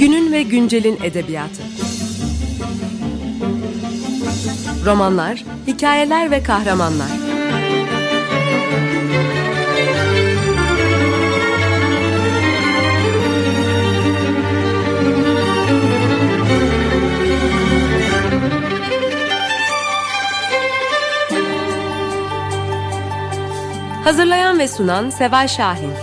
Günün ve güncelin edebiyatı. Romanlar, hikayeler ve kahramanlar. Hazırlayan ve sunan Seval Şahin.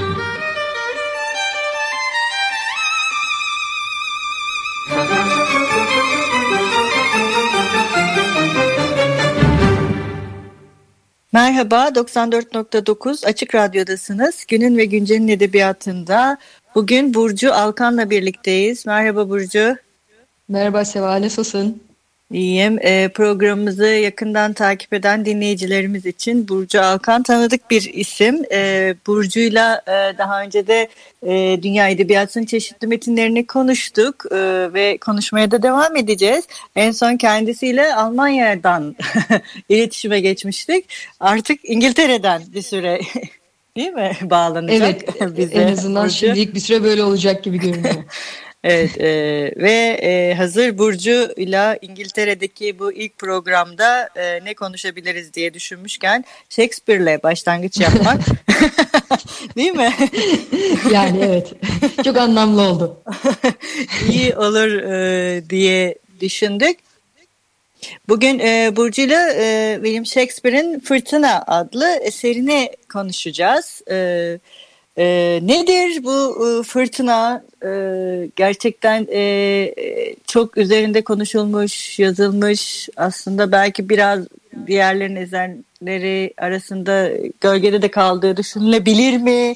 Merhaba, 94.9 Açık Radyo'dasınız. Günün ve Güncel'in edebiyatında bugün Burcu Alkan'la birlikteyiz. Merhaba Burcu. Merhaba Seval, nasılsın? İyiyim. Programımızı yakından takip eden dinleyicilerimiz için Burcu Alkan tanıdık bir isim. Burcu'yla daha önce de dünya edebiyatının çeşitli metinlerini konuştuk ve konuşmaya da devam edeceğiz. En son kendisiyle Almanya'dan iletişime geçmiştik. Artık İngiltere'den bir süre değil mi bağlanacak? Evet, bize en azından Burcu. şimdilik bir süre böyle olacak gibi görünüyor. Evet ve hazır Burcu'yla İngiltere'deki bu ilk programda ne konuşabiliriz diye düşünmüşken Shakespeare'le başlangıç yapmak değil mi? Yani evet, çok anlamlı oldu. İyi olur diye düşündük. Bugün Burcu'yla William Shakespeare'in Fırtına adlı eserini konuşacağız. Nedir bu fırtına? Gerçekten çok üzerinde konuşulmuş, yazılmış. Aslında belki biraz diğerlerin eserleri arasında gölgede de kaldığı düşünülebilir mi?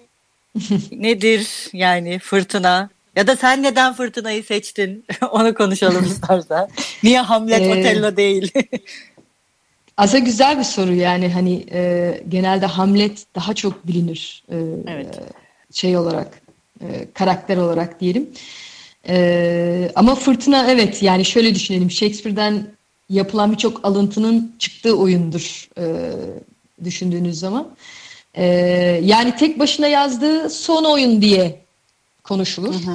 Nedir yani fırtına? Ya da sen neden fırtınayı seçtin? Onu konuşalım istersen. Niye Hamlet, Otello değil? Aslında güzel bir soru yani hani genelde Hamlet daha çok bilinir Evet. Şey olarak karakter olarak diyelim. Ama Fırtına evet yani şöyle düşünelim, Shakespeare'den yapılan birçok alıntının çıktığı oyundur düşündüğünüz zaman. Yani tek başına yazdığı son oyun diye konuşulur. Hı hı.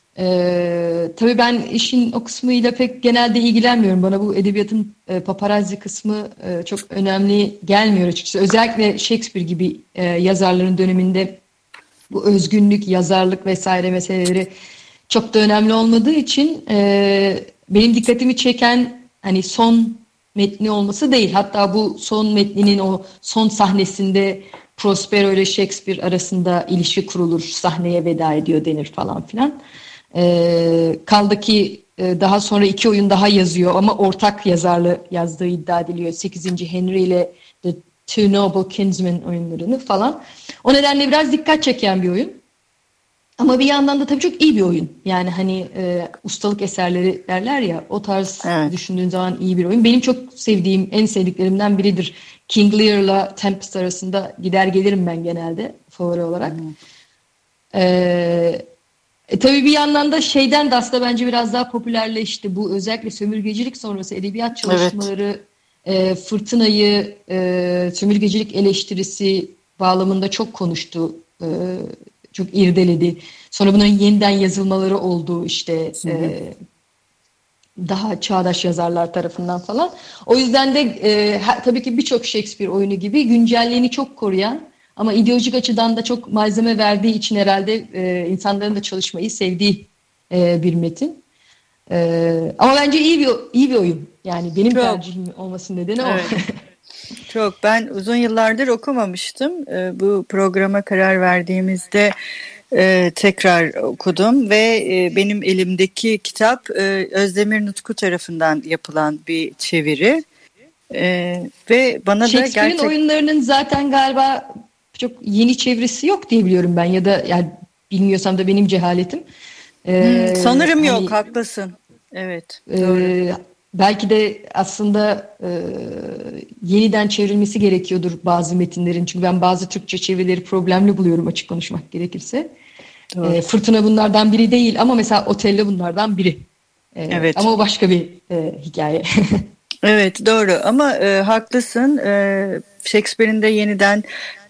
Tabii ben işin o kısmıyla pek genelde ilgilenmiyorum. Bana bu edebiyatın paparazzi kısmı çok önemli gelmiyor açıkçası. Özellikle Shakespeare gibi yazarların döneminde bu özgünlük, yazarlık vesaire meseleleri çok da önemli olmadığı için benim dikkatimi çeken hani son metni olması değil. Hatta bu son metninin o son sahnesinde Prospero ile Shakespeare arasında ilişki kurulur, sahneye veda ediyor denir falan filan. Kaldı ki daha sonra 2 oyun daha yazıyor ama ortak yazarlı yazdığı iddia ediliyor. 8. Henry ile The Two Noble Kinsmen oyunlarını falan. O nedenle biraz dikkat çeken bir oyun. Ama bir yandan da tabii çok iyi bir oyun. Yani hani ustalık eserleri derler ya, o tarz evet. Düşündüğün zaman iyi bir oyun. Benim çok sevdiğim, en sevdiklerimden biridir. King Lear'la Tempest arasında gider gelirim ben genelde favori olarak. Tabii bir yandan da şeyden de aslında bence biraz daha popülerleşti. Bu özellikle sömürgecilik sonrası edebiyat çalışmaları, evet. Fırtınayı, sömürgecilik eleştirisi bağlamında çok konuştu. Çok irdeledi. Sonra bunların yeniden yazılmaları oldu işte daha çağdaş yazarlar tarafından falan. O yüzden de tabii ki birçok Shakespeare oyunu gibi güncelliğini çok koruyan ama ideolojik açıdan da çok malzeme verdiği için herhalde insanların da çalışmayı sevdiği bir metin. Ama bence iyi bir oyun. Yani benim tercihim olmasının nedeni evet. O. Çok. Ben uzun yıllardır okumamıştım. Bu programa karar verdiğimizde tekrar okudum ve benim elimdeki kitap Özdemir Nutku tarafından yapılan bir çeviri. Ve bana Shakespeare'in da oyunlarının zaten galiba çok yeni çevirisi yok diye biliyorum ben, ya da yani bilmiyorsam da benim cehaletim. Sanırım hani, yok, haklısın. Evet. Doğru. Belki de aslında yeniden çevrilmesi gerekiyordur bazı metinlerin. Çünkü ben bazı Türkçe çevirileri problemli buluyorum, açık konuşmak gerekirse. Fırtına bunlardan biri değil ama mesela Otello bunlardan biri. Evet. Ama o başka bir hikaye. Evet, doğru ama haklısın. Shakespeare'in de yeniden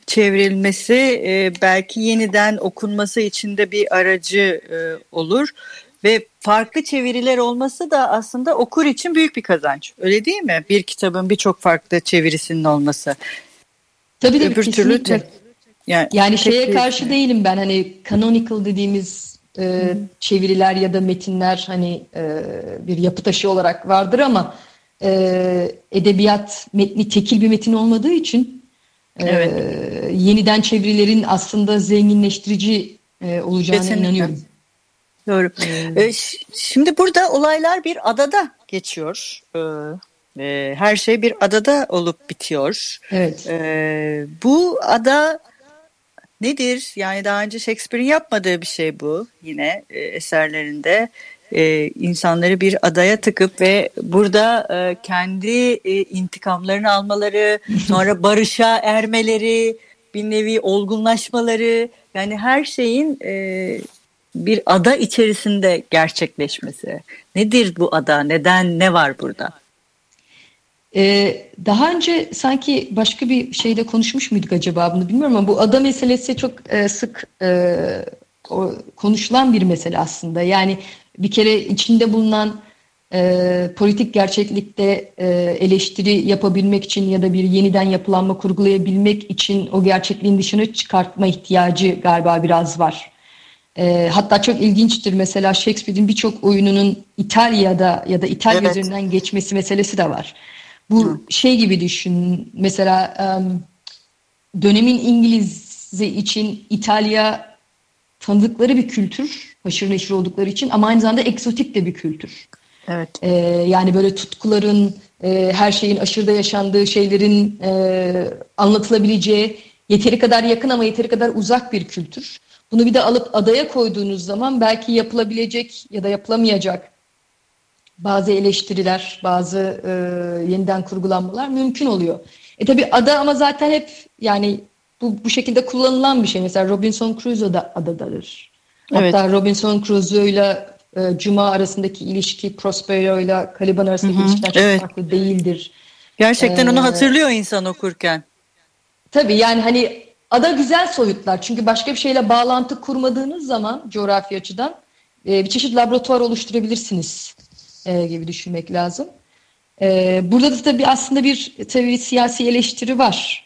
çevrilmesi belki yeniden okunması için de bir aracı olur. Ve farklı çeviriler olması da aslında okur için büyük bir kazanç. Öyle değil mi? Bir kitabın birçok farklı çevirisinin olması. Tabii Öbür türlü yani şeye karşı değilim ben. Hani canonical dediğimiz çeviriler ya da metinler hani bir yapı taşı olarak vardır ama edebiyat metni tekil bir metin olmadığı için yeniden çevirilerin aslında zenginleştirici olacağına kesinlikle inanıyorum. Doğru. Şimdi burada olaylar bir adada geçiyor. Her şey bir adada olup bitiyor. Evet. Bu ada nedir? Yani daha önce Shakespeare'in yapmadığı bir şey bu. Yine eserlerinde insanları bir adaya tıkıp ve burada kendi intikamlarını almaları, sonra barışa ermeleri, bir nevi olgunlaşmaları, yani her şeyin bir ada içerisinde gerçekleşmesi. Nedir bu ada? Neden? Ne var burada? Daha önce sanki başka bir şeyde konuşmuş muyduk acaba bunu bilmiyorum ama bu ada meselesi çok sık konuşulan bir mesele aslında. Yani bir kere içinde bulunan politik gerçeklikte eleştiri yapabilmek için ya da bir yeniden yapılanma kurgulayabilmek için o gerçekliğin dışına çıkartma ihtiyacı galiba biraz var. Hatta çok ilginçtir, mesela Shakespeare'in birçok oyununun İtalya'da ya da İtalya üzerinden geçmesi meselesi de var. Bu şey gibi düşün, mesela dönemin İngiliz'i için İtalya tanıdıkları bir kültür, haşır neşir oldukları için, ama aynı zamanda egzotik de bir kültür. Evet. Yani böyle tutkuların, her şeyin aşırıda yaşandığı şeylerin anlatılabileceği, yeteri kadar yakın ama yeteri kadar uzak bir kültür. Bunu bir de alıp adaya koyduğunuz zaman belki yapılabilecek ya da yapılamayacak bazı eleştiriler, bazı yeniden kurgulanmalar mümkün oluyor. Tabii ada ama zaten hep yani bu şekilde kullanılan bir şey. Mesela Robinson Crusoe da adadadır. Evet. Hatta Robinson Crusoe'yla Cuma arasındaki ilişki, Prospero'yla Caliban arasındaki ilişkiden çok farklı değildir. Gerçekten onu hatırlıyor insan okurken. Tabii yani hani ada güzel soyutlar. Çünkü başka bir şeyle bağlantı kurmadığınız zaman coğrafi açıdan bir çeşit laboratuvar oluşturabilirsiniz gibi düşünmek lazım. Burada da tabii aslında bir siyasi eleştiri var.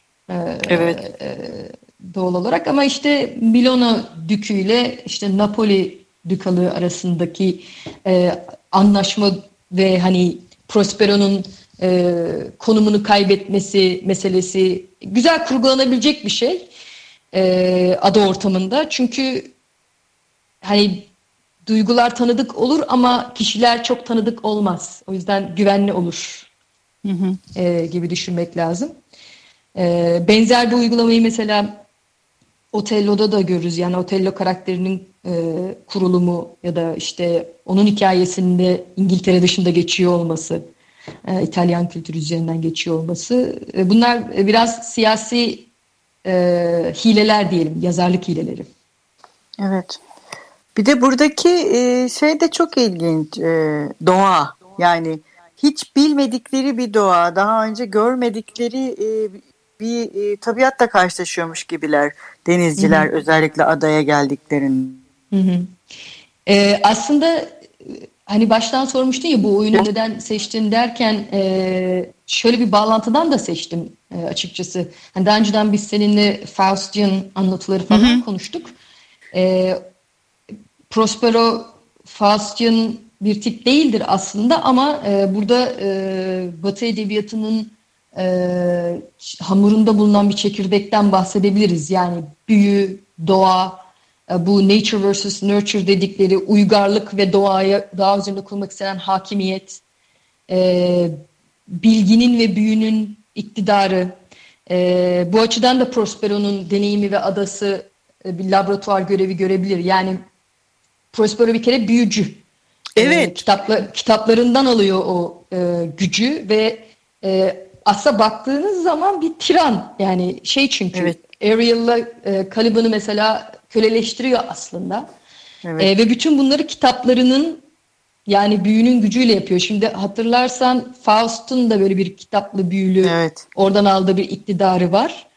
Doğal olarak, ama işte Milano Dükü ile işte Napoli Dükalığı arasındaki anlaşma ve hani Prospero'nun konumunu kaybetmesi meselesi güzel kurgulanabilecek bir şey ada ortamında. Çünkü hani duygular tanıdık olur ama kişiler çok tanıdık olmaz. O yüzden güvenli olur gibi düşünmek lazım. Benzer bir uygulamayı mesela Otello'da da görürüz. Yani Otello karakterinin kurulumu ya da işte onun hikayesinde İngiltere dışında geçiyor olması, İtalyan kültürü üzerinden geçiyor olması. Bunlar biraz siyasi hileler diyelim, yazarlık hileleri. Evet. Bir de buradaki şey de çok ilginç. Doğa. Yani hiç bilmedikleri bir doğa, daha önce görmedikleri bir tabiatla karşılaşıyormuş gibiler denizciler, özellikle adaya geldiklerinde. Aslında hani baştan sormuştun ya bu oyunu neden seçtin derken şöyle bir bağlantıdan da seçtim açıkçası. Hani daha önceden biz seninle Faustian anlatıları falan konuştuk. Prospero Faustian bir tip değildir aslında ama burada Batı edebiyatının hamurunda bulunan bir çekirdekten bahsedebiliriz. Yani büyü, doğa, bu nature versus nurture dedikleri uygarlık ve doğa üzerinde kurmak istenen hakimiyet, bilginin ve büyünün iktidarı. Bu açıdan da Prospero'nun deneyimi ve adası bir laboratuvar görevi görebilir. Yani Prospero bir kere büyücü. Evet. Kitaplarından alıyor o gücü ve aslında baktığınız zaman bir tiran. Yani şey çünkü Ariel'la Caliban'ı mesela köleleştiriyor aslında. Ve bütün bunları kitaplarının yani büyünün gücüyle yapıyor. Şimdi hatırlarsan Faust'un da böyle bir kitaplı büyülü oradan aldığı bir iktidarı var.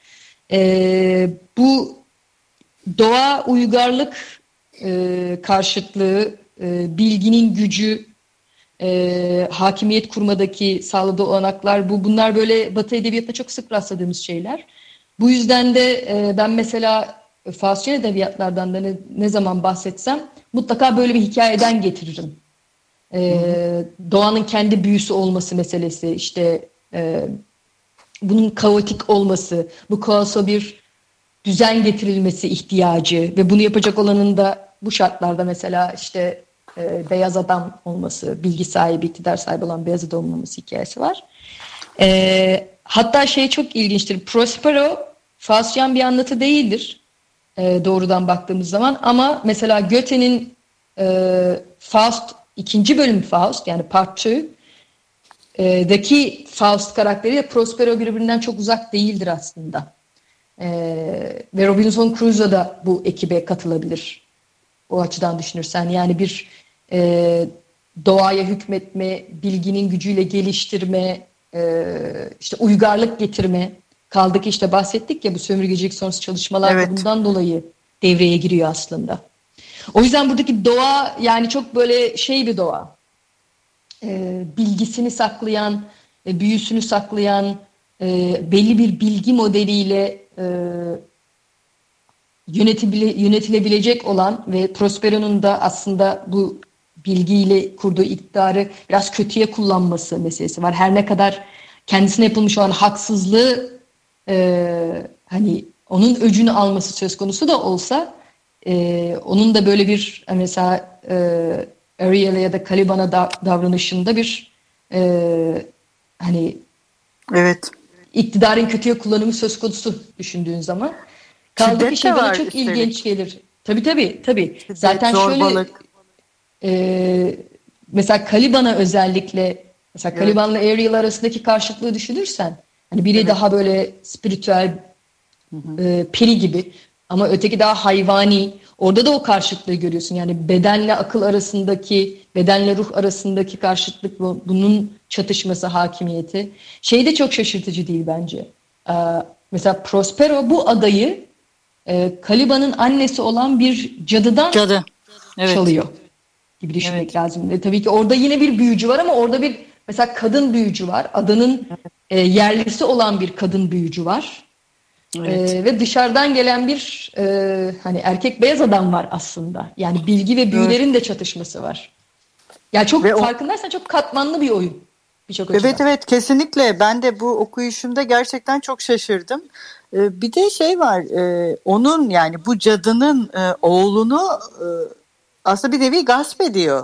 Bu doğa uygarlık karşıtlığı, bilginin gücü, hakimiyet kurmadaki sağladığı olanaklar, bunlar böyle Batı edebiyatında çok sık rastladığımız şeyler. Bu yüzden de ben mesela Faustyen edebiyatlardan da ne zaman bahsetsem mutlaka böyle bir hikayeden getiririm. Doğanın kendi büyüsü olması meselesi, işte bunun kaotik olması, bu kaosa bir düzen getirilmesi ihtiyacı ve bunu yapacak olanın da bu şartlarda mesela işte beyaz adam olması, bilgi sahibi, iktidar sahibi olan beyaz adam olması hikayesi var. Hatta şey çok ilginçtir. Prospero, Faustyen bir anlatı değildir doğrudan baktığımız zaman, ama mesela Goethe'nin Faust, ikinci bölüm Faust, yani Part 2 daki Faust karakteriyle Prospero birbirinden çok uzak değildir aslında. Ve Robinson Crusoe da bu ekibe katılabilir. O açıdan düşünürsen, yani bir doğaya hükmetme, bilginin gücüyle geliştirme, işte uygarlık getirme. Kaldı ki işte bahsettik ya, bu sömürgecilik sonrası çalışmalar da bundan dolayı devreye giriyor aslında. O yüzden buradaki doğa yani çok böyle şey bir doğa. Bilgisini saklayan, büyüsünü saklayan, belli bir bilgi modeliyle yönetilebilecek olan ve Prospero'nun da aslında bu bilgiyle kurduğu iktidarı biraz kötüye kullanması meselesi var. Her ne kadar kendisine yapılmış olan haksızlığı hani onun öcünü alması söz konusu da olsa, onun da böyle bir mesela Ariel'e ya da Caliban'a davranışında bir hani iktidarın kötüye kullanımı söz konusu düşündüğün zaman. Kaldı ki şey bana çok ilginç gelir. Tabii. Zaten zorbalık. Şöyle mesela Caliban'a özellikle, mesela Caliban'la Ariel arasındaki karşıtlığı düşünürsen, hani biri daha böyle spiritüel, peri gibi, ama öteki daha hayvani. Orada da o karşıtlığı görüyorsun. Yani bedenle akıl arasındaki, bedenle ruh arasındaki karşıtlık, bunun çatışması, hakimiyeti. Şey de çok şaşırtıcı değil bence. Mesela Prospero bu adayı Caliban'ın annesi olan bir cadıdan çalıyor gibi düşünmek lazım. Tabii ki orada yine bir büyücü var, ama orada bir mesela kadın büyücü var. Adanın yerlisi olan bir kadın büyücü var. Ve dışarıdan gelen bir hani erkek beyaz adam var aslında. Yani bilgi ve büyülerin de çatışması var. Yani çok farkındaysan çok katmanlı bir oyun. Birçok açıdan. Evet, kesinlikle. Ben de bu okuyuşumda gerçekten çok şaşırdım. Bir de şey var, onun yani bu cadının oğlunu aslında bir nevi gasp ediyor.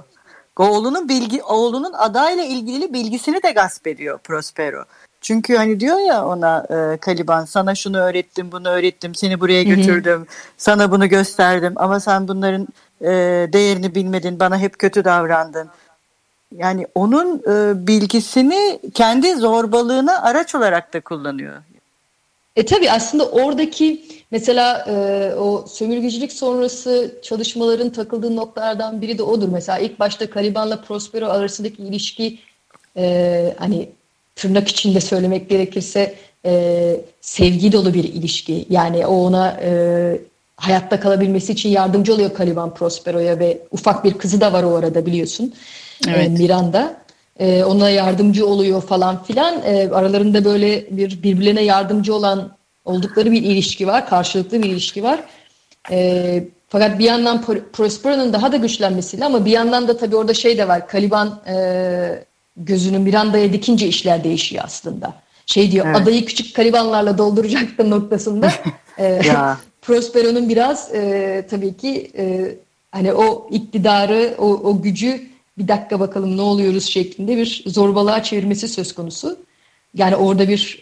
Oğlunun adayla ilgili bilgisini de gasp ediyor Prospero. Çünkü hani diyor ya ona Caliban, sana şunu öğrettim, bunu öğrettim, seni buraya götürdüm, sana bunu gösterdim ama sen bunların değerini bilmedin, bana hep kötü davrandın. Yani onun bilgisini kendi zorbalığına araç olarak da kullanıyor. Tabii aslında oradaki mesela o sömürgecilik sonrası çalışmaların takıldığı noktalardan biri de odur. Mesela ilk başta Caliban'la Prospero arasındaki ilişki hani tırnak içinde söylemek gerekirse sevgi dolu bir ilişki. Yani o ona hayatta kalabilmesi için yardımcı oluyor Caliban Prospero'ya ve ufak bir kızı da var o arada, biliyorsun. Miranda. Ona yardımcı oluyor falan filan. Aralarında böyle birbirlerine yardımcı oldukları bir ilişki var. Karşılıklı bir ilişki var. Fakat bir yandan Prospero'nun daha da güçlenmesiyle, ama bir yandan da tabii orada şey de var. Caliban gözünü Miranda'ya dikince işler değişiyor aslında. Şey diyor, adayı küçük Calibanlarla dolduracaktı noktasında. Prospero'nun biraz tabii ki hani o iktidarı, o gücü bir dakika bakalım ne oluyoruz şeklinde bir zorbalığa çevirmesi söz konusu. Yani orada bir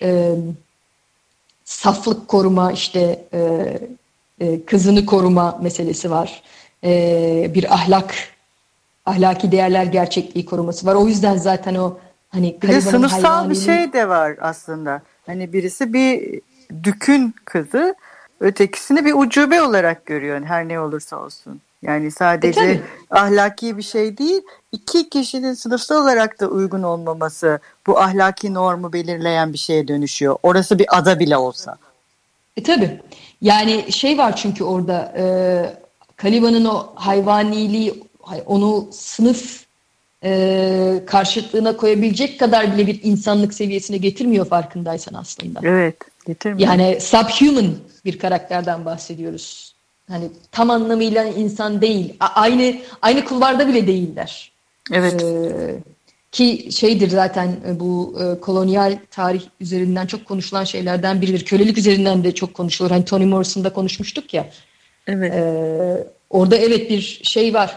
saflık koruma, işte kızını koruma meselesi var. Bir ahlaki değerler gerçekliği koruması var. O yüzden zaten o hani bir de sınıfsal bir şey de var aslında. Hani birisi bir dükün kızı, ötekisini bir ucube olarak görüyor her ne olursa olsun. Yani sadece ahlaki bir şey değil, iki kişinin sınıfsal olarak da uygun olmaması bu ahlaki normu belirleyen bir şeye dönüşüyor. Orası bir ada bile olsa. Tabii. Yani şey var çünkü orada Caliba'nın o hayvaniliği, onu sınıf karşıtlığına koyabilecek kadar bile bir insanlık seviyesine getirmiyor farkındaysan aslında. Evet, getirmiyor. Yani subhuman bir karakterden bahsediyoruz. Hani tam anlamıyla insan değil. Aynı kulvarda bile değiller. Evet. Ki şeydir zaten bu kolonyal tarih üzerinden çok konuşulan şeylerden biridir. Kölelik üzerinden de çok konuşulur. Hani Toni Morrison'da konuşmuştuk ya. Evet. Orada evet bir şey var.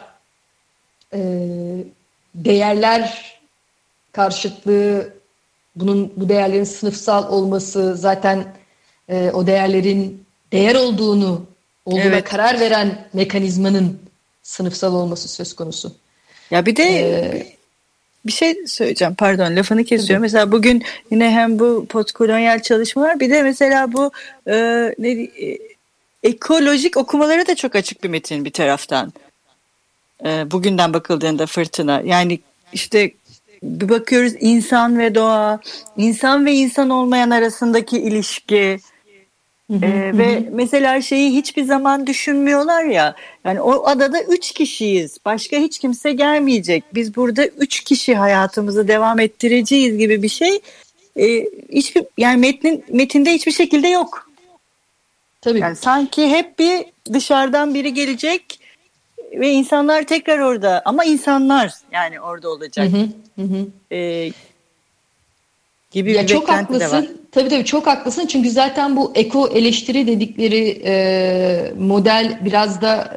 Değerler karşıtlığı, bu değerlerin sınıfsal olması, zaten o değerlerin değer olduğuna Evet. karar veren mekanizmanın sınıfsal olması söz konusu. Ya bir de bir şey söyleyeceğim, pardon lafını kesiyorum. Mesela bugün yine hem bu postkolonyal çalışmalar, bir de mesela bu ekolojik okumalara da çok açık bir metin bir taraftan. Bugünden bakıldığında Fırtına. Yani işte bir bakıyoruz insan ve doğa, insan ve insan olmayan arasındaki ilişki. Ve mesela şeyi hiçbir zaman düşünmüyorlar ya, yani o adada 3 kişiyiz, başka hiç kimse gelmeyecek, biz burada 3 kişi hayatımızı devam ettireceğiz gibi bir şey hiçbir, yani metinde hiçbir şekilde yok. Tabii. Yani sanki hep bir dışarıdan biri gelecek ve insanlar tekrar orada, ama insanlar yani orada olacak. Gibi ya bir çok beklenti haklısın. de var. Tabii çok haklısın. Çünkü zaten bu eko eleştiri dedikleri model biraz da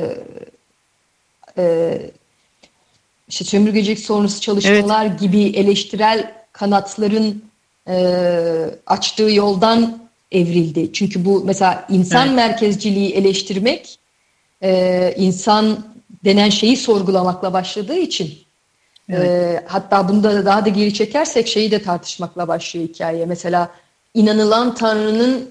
işte sömürgecilik sonrası çalışmalar gibi eleştirel kanatların açtığı yoldan evrildi. Çünkü bu mesela insan merkezciliği eleştirmek insan denen şeyi sorgulamakla başladığı için hatta bunu da daha da geri çekersek şeyi de tartışmakla başlıyor hikaye. Mesela inanılan Tanrı'nın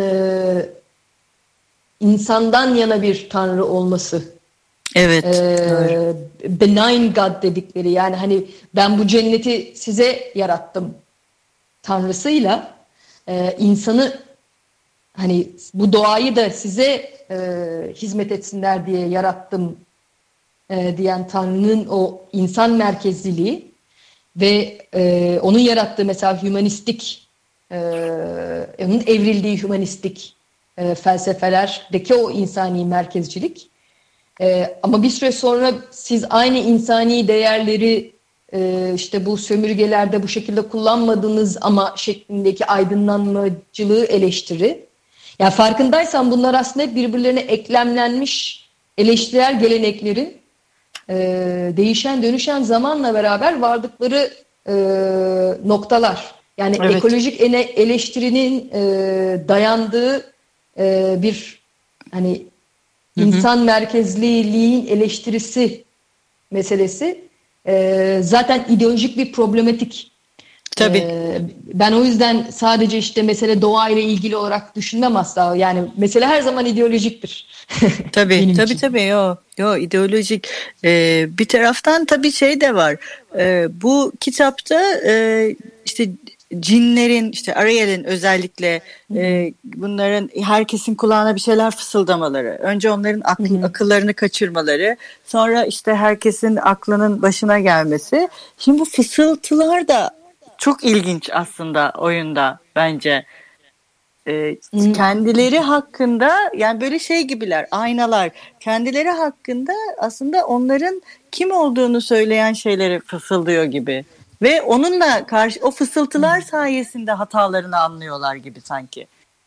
insandan yana bir Tanrı olması. Evet. Benign God dedikleri, yani hani ben bu cenneti size yarattım tanrısıyla insanı, hani bu doğayı da size hizmet etsinler diye yarattım diyen Tanrı'nın o insan merkezliliği ve onun yarattığı mesela hümanistik, onun evrildiği hümanistik felsefelerdeki o insani merkezcilik. Ama bir süre sonra siz aynı insani değerleri işte bu sömürgelerde bu şekilde kullanmadınız ama şeklindeki aydınlanmacılığı eleştiri. Yani farkındaysan bunlar aslında hep birbirlerine eklemlenmiş eleştirel geleneklerin değişen dönüşen zamanla beraber vardıkları noktalar. Yani ekolojik eleştirinin dayandığı bir hani insan merkezliliğin eleştirisi meselesi zaten ideolojik bir problematik. Tabii. Ben o yüzden sadece işte mesele doğayla ilgili olarak düşünmem asla. Yani mesele her zaman ideolojiktir. Tabii. Yo ideolojik. Bir taraftan tabii şey de var. Bu kitapta işte cinlerin, işte Ariel'in özellikle bunların herkesin kulağına bir şeyler fısıldamaları, önce onların akıllarını kaçırmaları, sonra işte herkesin aklının başına gelmesi. Şimdi bu fısıltılar da çok ilginç aslında oyunda bence. Kendileri hakkında, yani böyle şey gibiler, aynalar, kendileri hakkında aslında onların kim olduğunu söyleyen şeyleri fısıldıyor gibi ve onunla karşı o fısıltılar sayesinde hatalarını anlıyorlar gibi sanki.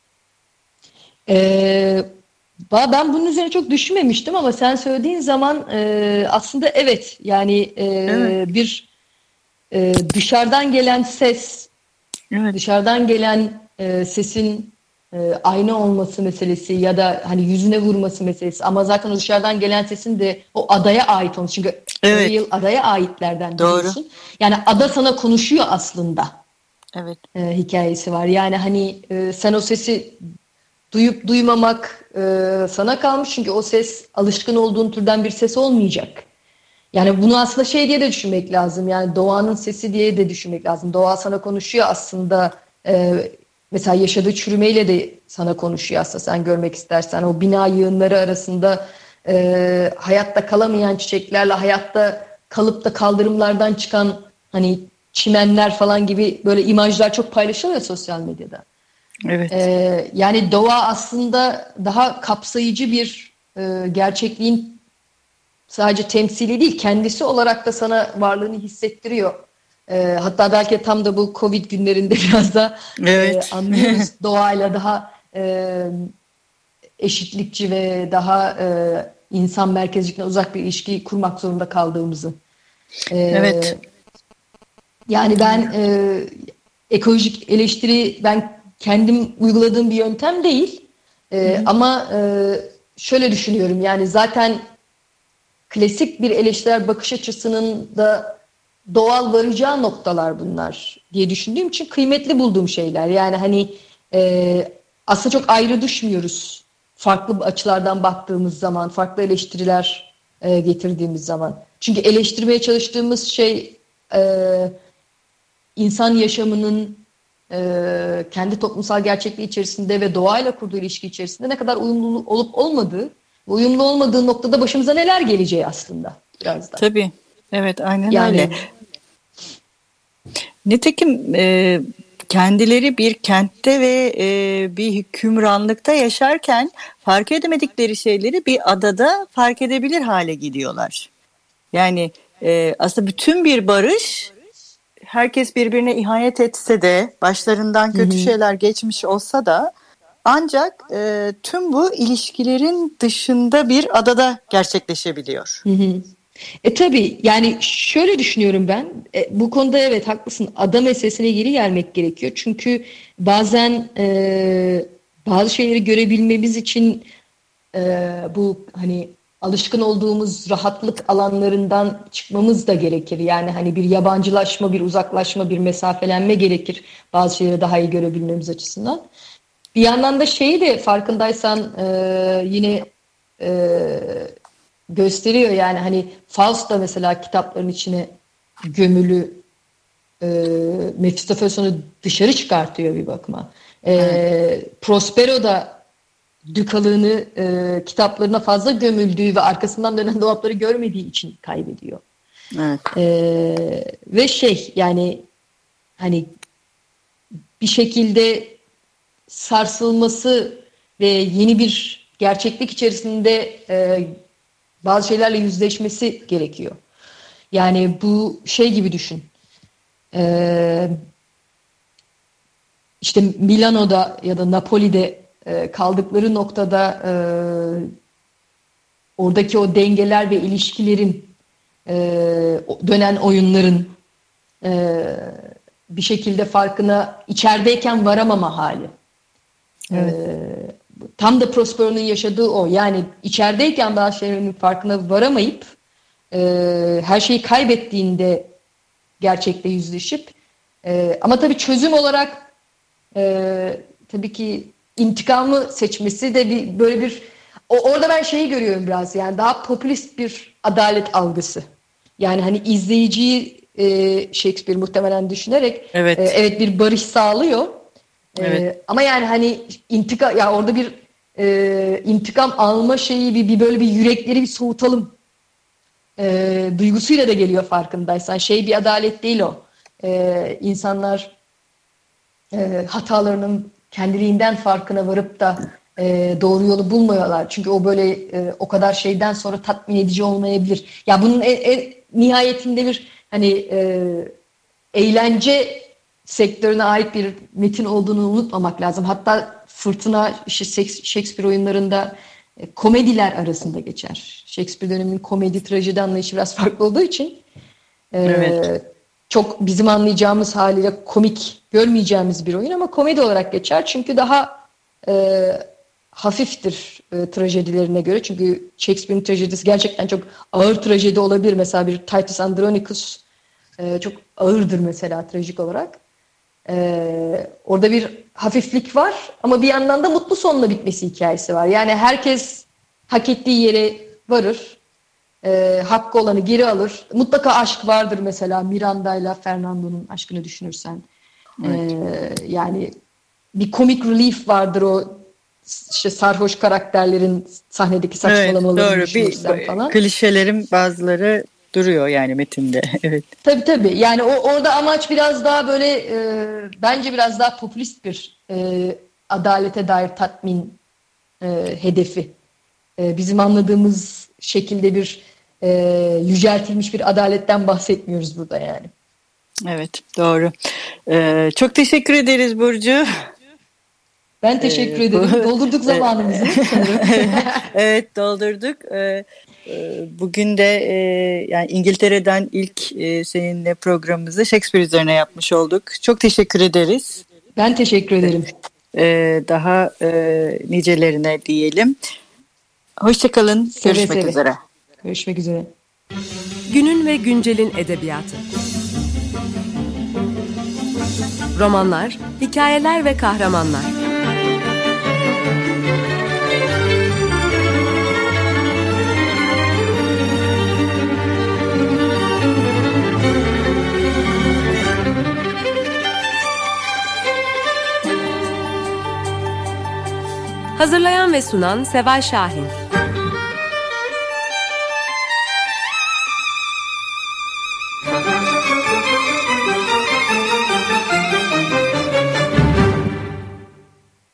Ben bunun üzerine çok düşünmemiştim ama sen söylediğin zaman aslında evet, yani bir dışarıdan gelen ses, dışarıdan gelen sesin ayna olması meselesi ya da hani yüzüne vurması meselesi, ama zaten o dışarıdan gelen sesin de o adaya ait olması, çünkü Ariel adaya aitlerden biliyorsun. Yani ada sana konuşuyor aslında. Hikayesi var. Yani hani sen o sesi duyup duymamak sana kalmış, çünkü o ses alışkın olduğun türden bir ses olmayacak. Yani bunu aslında şey diye de düşünmek lazım. Yani doğanın sesi diye de düşünmek lazım. Doğa sana konuşuyor aslında. mesela yaşadığı çürümeyle de sana konuşuyor aslında, sen görmek istersen. O bina yığınları arasında hayatta kalamayan çiçeklerle hayatta kalıp da kaldırımlardan çıkan hani çimenler falan gibi böyle imajlar çok paylaşılıyor sosyal medyada. Evet. Yani doğa aslında daha kapsayıcı bir gerçekliğin sadece temsili değil, kendisi olarak da sana varlığını hissettiriyor. Hatta belki tam da bu Covid günlerinde biraz da Evet. anlıyoruz doğayla daha eşitlikçi ve daha insan merkezcilikten uzak bir ilişki kurmak zorunda kaldığımızı. Evet. Yani ben ekolojik eleştiri ben kendim uyguladığım bir yöntem değil. Ama şöyle düşünüyorum, yani zaten klasik bir eleştirel bakış açısının da doğal varacağı noktalar bunlar diye düşündüğüm için kıymetli bulduğum şeyler. Yani hani aslında çok ayrı düşmüyoruz farklı açılardan baktığımız zaman, farklı eleştiriler getirdiğimiz zaman. Çünkü eleştirmeye çalıştığımız şey insan yaşamının kendi toplumsal gerçekliği içerisinde ve doğayla kurduğu ilişki içerisinde ne kadar uyumlu olup olmadığı, uyumlu olmadığı noktada başımıza neler geleceği aslında biraz da. Tabii. Evet, aynen Yani, öyle. Nitekim kendileri bir kentte ve bir hükümranlıkta yaşarken fark edemedikleri şeyleri bir adada fark edebilir hale geliyorlar. Yani aslında bütün bir barış, herkes birbirine ihanet etse de, başlarından kötü şeyler geçmiş olsa da, ancak tüm bu ilişkilerin dışında bir adada gerçekleşebiliyor. Tabii yani şöyle düşünüyorum ben, bu konuda evet haklısın, ada meselesine geri gelmek gerekiyor. Çünkü bazen bazı şeyleri görebilmemiz için bu hani alışkın olduğumuz rahatlık alanlarından çıkmamız da gerekir. Yani hani bir yabancılaşma, bir uzaklaşma, bir mesafelenme gerekir bazı şeyleri daha iyi görebilmemiz açısından. Bir yandan da şeyi de farkındaysan yine gösteriyor, yani hani Faust da mesela kitapların içine gömülü Mephistopheles'u dışarı çıkartıyor bir bakıma. Prospero da dükalığını kitaplarına fazla gömüldüğü ve arkasından dönen dolapları görmediği için kaybediyor. Evet. Ve yani hani bir şekilde sarsılması ve yeni bir gerçeklik içerisinde bazı şeylerle yüzleşmesi gerekiyor. Yani bu şey gibi düşün. İşte Milano'da ya da Napoli'de kaldıkları noktada oradaki o dengeler ve ilişkilerin, dönen oyunların bir şekilde farkına içerideyken varamama hali. Evet. Tam da Prospero'nun yaşadığı o. Yani içerideyken bazı şeylerin farkına varamayıp her şeyi kaybettiğinde gerçekle yüzleşip ama tabii çözüm olarak tabii ki intikamı seçmesi de böyle bir orada ben şeyi görüyorum biraz, yani daha popülist bir adalet algısı. Yani hani izleyiciyi Shakespeare muhtemelen düşünerek evet bir barış sağlıyor. Evet. Ama yani hani intikam ya orada bir intikam alma şeyi bir böyle bir yürekleri bir soğutalım duygusuyla da geliyor farkındaysan. Bir adalet değil o. İnsanlar hatalarının kendiliğinden farkına varıp da doğru yolu bulmuyorlar. Çünkü o böyle o kadar şeyden sonra tatmin edici olmayabilir. Ya bunun nihayetinde bir hani eğlence sektörüne ait bir metin olduğunu unutmamak lazım. Hatta Fırtına Shakespeare oyunlarında komediler arasında geçer. Shakespeare döneminin komedi, trajedi anlayışı biraz farklı olduğu için çok bizim anlayacağımız haliyle komik görmeyeceğimiz bir oyun ama komedi olarak geçer. Çünkü daha hafiftir trajedilerine göre. Çünkü Shakespeare'in trajedisi gerçekten çok ağır trajedi olabilir. Mesela bir Titus Andronicus çok ağırdır mesela trajik olarak. Orada bir hafiflik var ama bir yandan da mutlu sonla bitmesi hikayesi var. Yani herkes hak ettiği yere varır. Hakkı olanı geri alır. Mutlaka aşk vardır mesela Miranda ile Fernando'nun aşkını düşünürsen. Yani bir comic relief vardır o işte sarhoş karakterlerin sahnedeki saçmalamalarını düşünürsen falan. Klişelerin bazıları duruyor yani metinde. Evet. Tabii. Yani orada amaç biraz daha böyle bence biraz daha popülist bir adalete dair tatmin hedefi. Bizim anladığımız şekilde bir yüceltilmiş bir adaletten bahsetmiyoruz burada yani. Evet, doğru. Çok teşekkür ederiz Burcu. Ben teşekkür ederim. Doldurduk zamanımızı sanırım. Evet, doldurduk. Bugün de yani İngiltere'den ilk seninle programımızı Shakespeare üzerine yapmış olduk. Çok teşekkür ederiz. Ben teşekkür ederim. Daha nicelerine diyelim. Hoşçakalın. Görüşmek üzere. Görüşmek üzere. Günün ve güncelin edebiyatı. Romanlar, hikayeler ve kahramanlar. Hazırlayan ve sunan Seval Şahin.